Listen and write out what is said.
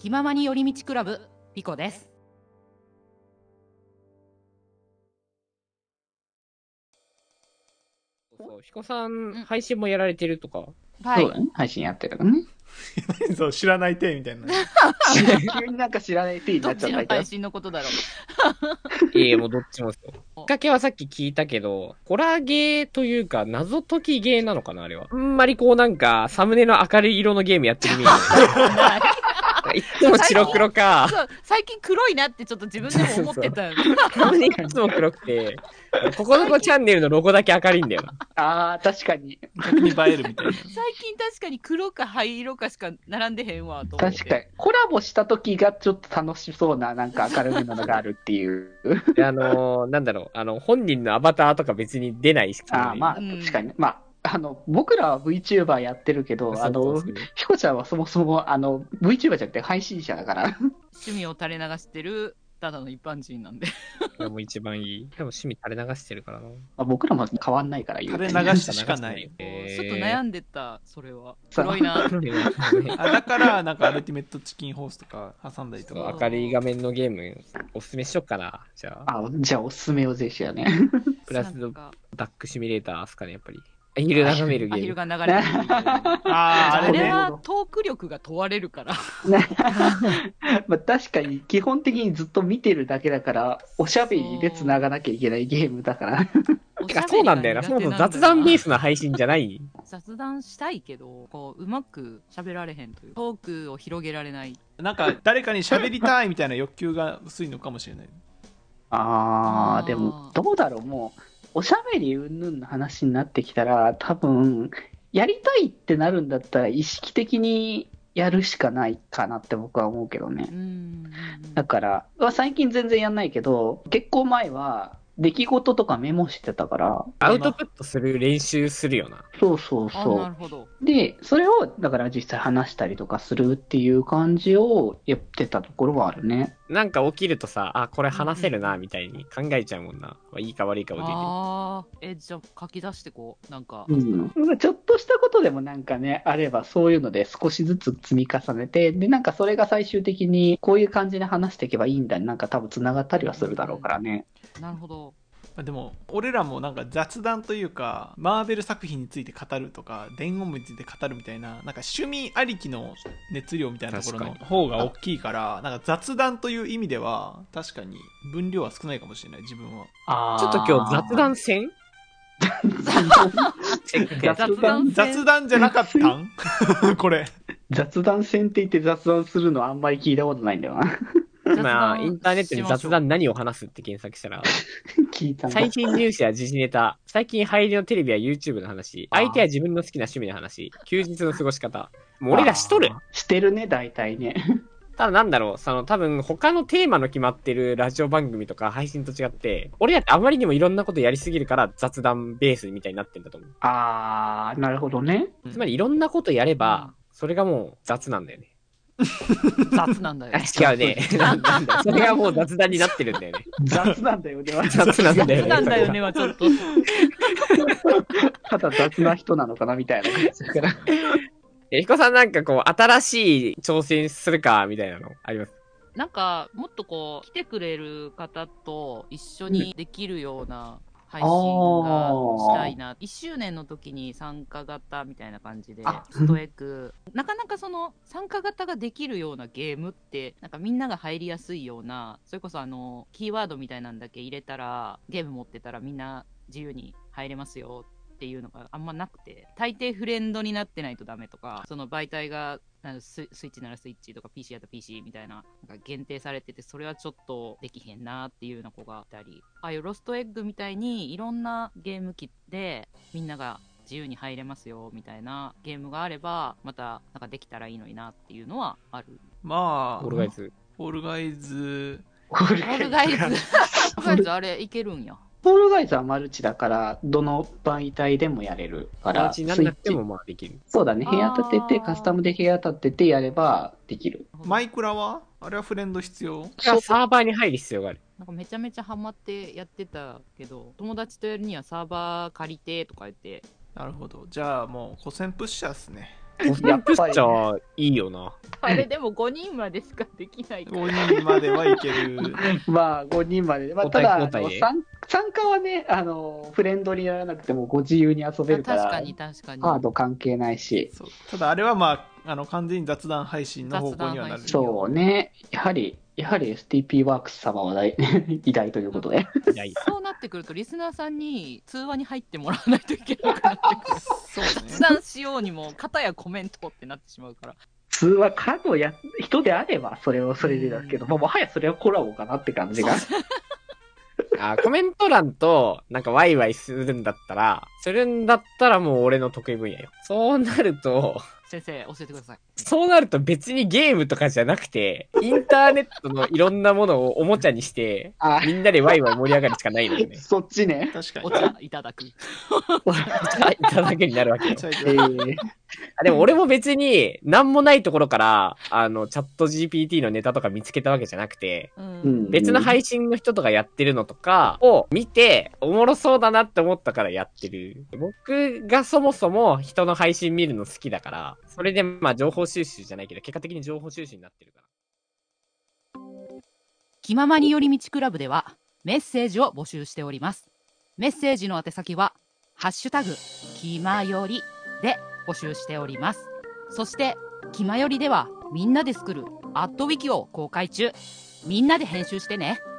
気ままに寄り道クラブピコです。 そう、彦さん、配信もやられてるとか。 はい。 そうだね。配信やってるからね。 そう知らない手みたいな。 急になんか知らない手にどっちのなっちゃったけど。 配信のことだろいえいえ、もうどっちもですよ。きっかけはさっき聞いたけど、ホラーゲーというか、謎解きゲーなのかな、あれは。あんまりこうなんか、サムネの明るい色のゲームやってるイメージ。いつも白黒か。 そう、最近黒いなってちょっと自分でも思ってたよね。 サムネいつも黒くて、ここの子チャンネルのロゴだけ明るいんだよな。 ああ、確かに。 逆に映えるみたいな。 最近確かに黒か灰色かしか並んでへんわと思って。 確かに。コラボした時がちょっと楽しそうな、なんか明るいものがあるっていう。 なんだろう、本人のアバターとか別に出ないし。 ああ、まあ、確かに。まあ、僕らは VTuber やってるけど、ひこちゃんはそもそも、VTuber じゃなくて配信者だから。 趣味を垂れ流してるただの一般人なんで。 いや、もう一番いい。でも趣味垂れ流してるからな。 まあ、僕らも変わんないから言うて。 垂れ流してしかない。 ちょっと悩んでた、それは。黒いな。 だから、なんかアルティメットチキンホースとか挟んだりとか。 明るい画面のゲーム、おすすめしよっかな。じゃあ。 じゃあおすすめをぜひやね。 プラスのダックシミュレーターですかね、やっぱり。アヒル眺めるゲーム。 アヒルが流れてる。あれはトーク力が問われるから。 まあ確かに基本的にずっと見てるだけだから、おしゃべりで繋がなきゃいけないゲームだから。 てかそうなんだよな。そもそも雑談ベースの配信じゃない。 雑談したいけど、うまく喋られへんという。トークを広げられない。 なんか誰かに喋りたいみたいな欲求が薄いのかもしれない。 でもどうだろう、もう。おしゃべり云々の話になってきたら、多分、やりたいってなるんだったら意識的にやるしかないかなって僕は思うけどね。だから、最近全然やんないけど、結構前は出来事とかメモしてたから。 アウトプットする練習するよな。 そうそうそう。 なるほど。 で、それを、だから実際話したりとかするっていう感じをやってたところはあるね。 なんか起きるとさ、これ話せるな、みたいに考えちゃうもんな。いいか悪いかを出て。じゃあ書き出してなんか。 ちょっとしたことでもなんかね、あればそういうので少しずつ積み重ねて、で、なんかそれが最終的にこういう感じで話していけばいいんだになんか多分繋がったりはするだろうからね。 なるほど。 でも俺らもなんか雑談というかマーベル作品について語るとか伝言について語るみたいな、なんか趣味ありきの熱量みたいなところの方が大きいから、なんか雑談という意味では確かに分量は少ないかもしれない、自分は。 ちょっと今日雑談せん雑談じゃなかったんこれ雑談戦って言って雑談するのあんまり聞いたことないんだよな。 今、インターネットに雑談何を話すって検索したら、最新ニュースや時事ネタ、最近入りのテレビや YouTube の話、相手は自分の好きな趣味の話、休日の過ごし方。もう俺らしとる。 してるね、大体ね。 ただなんだろう、多分他のテーマの決まってるラジオ番組とか配信と違って、俺らってあまりにもいろんなことやりすぎるから雑談ベースみたいになってんだと思う。 なるほどね。 つまりいろんなことやれば、それがもう雑なんだよね。 雑なんだよね。 違うね。なんだそれがもう雑談になってるんだよね。 雑なんだよね。 雑なんだよね。 雑なんだよねはちょっと。 ただ雑な人なのかなみたいな感じだから。 彦さんなんか新しい挑戦するかみたいなのあります？ なんかもっと来てくれる方と一緒にできるような配信がしたいな。1周年の時に参加型みたいな感じでストエッグ、なかなか参加型ができるようなゲームってなんかみんなが入りやすいような、それこそキーワードみたいなんだけ入れたらゲーム持ってたらみんな自由に入れますよっていうのがあんまなくて、大抵フレンドになってないとダメとか、その媒体がスイッチならスイッチとか PC やったら PC みたいな、なんか限定されてて、それはちょっとできへんなっていうような子がいたり、ああいうロストエッグみたいにいろんなゲーム機でみんなが自由に入れますよみたいなゲームがあれば、またなんかできたらいいのになっていうのはある。 まあオールガイズあれいけるんや。 フォールガイズはマルチだから、どの媒体でもやれるから、 マルチなんなくてもまあできる。 そうだね、部屋立てて、カスタムで部屋立ててやればできる。 マイクラはあれはフレンド必要？ サーバーに入る必要がある。 なんかめちゃめちゃハマってやってたけど、友達とやるにはサーバー借りてとか言って。 なるほど。じゃあもう古戦プッシャーっすね。 5分プッチャーいいよな。 あれでも5人までしかできないから。 5人まではいける。 まあ、5人まで。まあ、ただ参加はね、フレンドにならなくてもご自由に遊べるから、 確かに確かに。 ハード関係ないし。 そうただあれはまあ、完全に雑談配信の方向にはなる。 そうね。やはり STP ワークス様は偉大ということで。 そうなってくると、リスナーさんに通話に入ってもらわないといけなくなってくる。 そうね。 雑談しようにも、片やコメントってなってしまうから。 通話可の人であれば、それでだけど、もはやそれはコラボかなって感じが。 コメント欄と、なんかワイワイするんだったらもう俺の得意分野よ。そうなると、 先生、教えてください。 そうなると別にゲームとかじゃなくて、インターネットのいろんなものをおもちゃにして、みんなでワイワイ盛り上がるしかないのよね。 そっちね。 確かに。 お茶いただく。 お茶いただくになるわけよ。 でも俺も別に、なんもないところから、チャット GPT のネタとか見つけたわけじゃなくて、別の配信の人とかやってるのとかを見て、おもろそうだなって思ったからやってる。僕がそもそも人の配信見るの好きだから、それでまあ情報収集じゃないけど、結果的に情報収集になってるから。 気ままに寄り道クラブではメッセージを募集しております。メッセージの宛先は、ハッシュタグ、気まよりで募集しております。そして、気まよりではみんなで作るアットウィキを公開中。みんなで編集してね。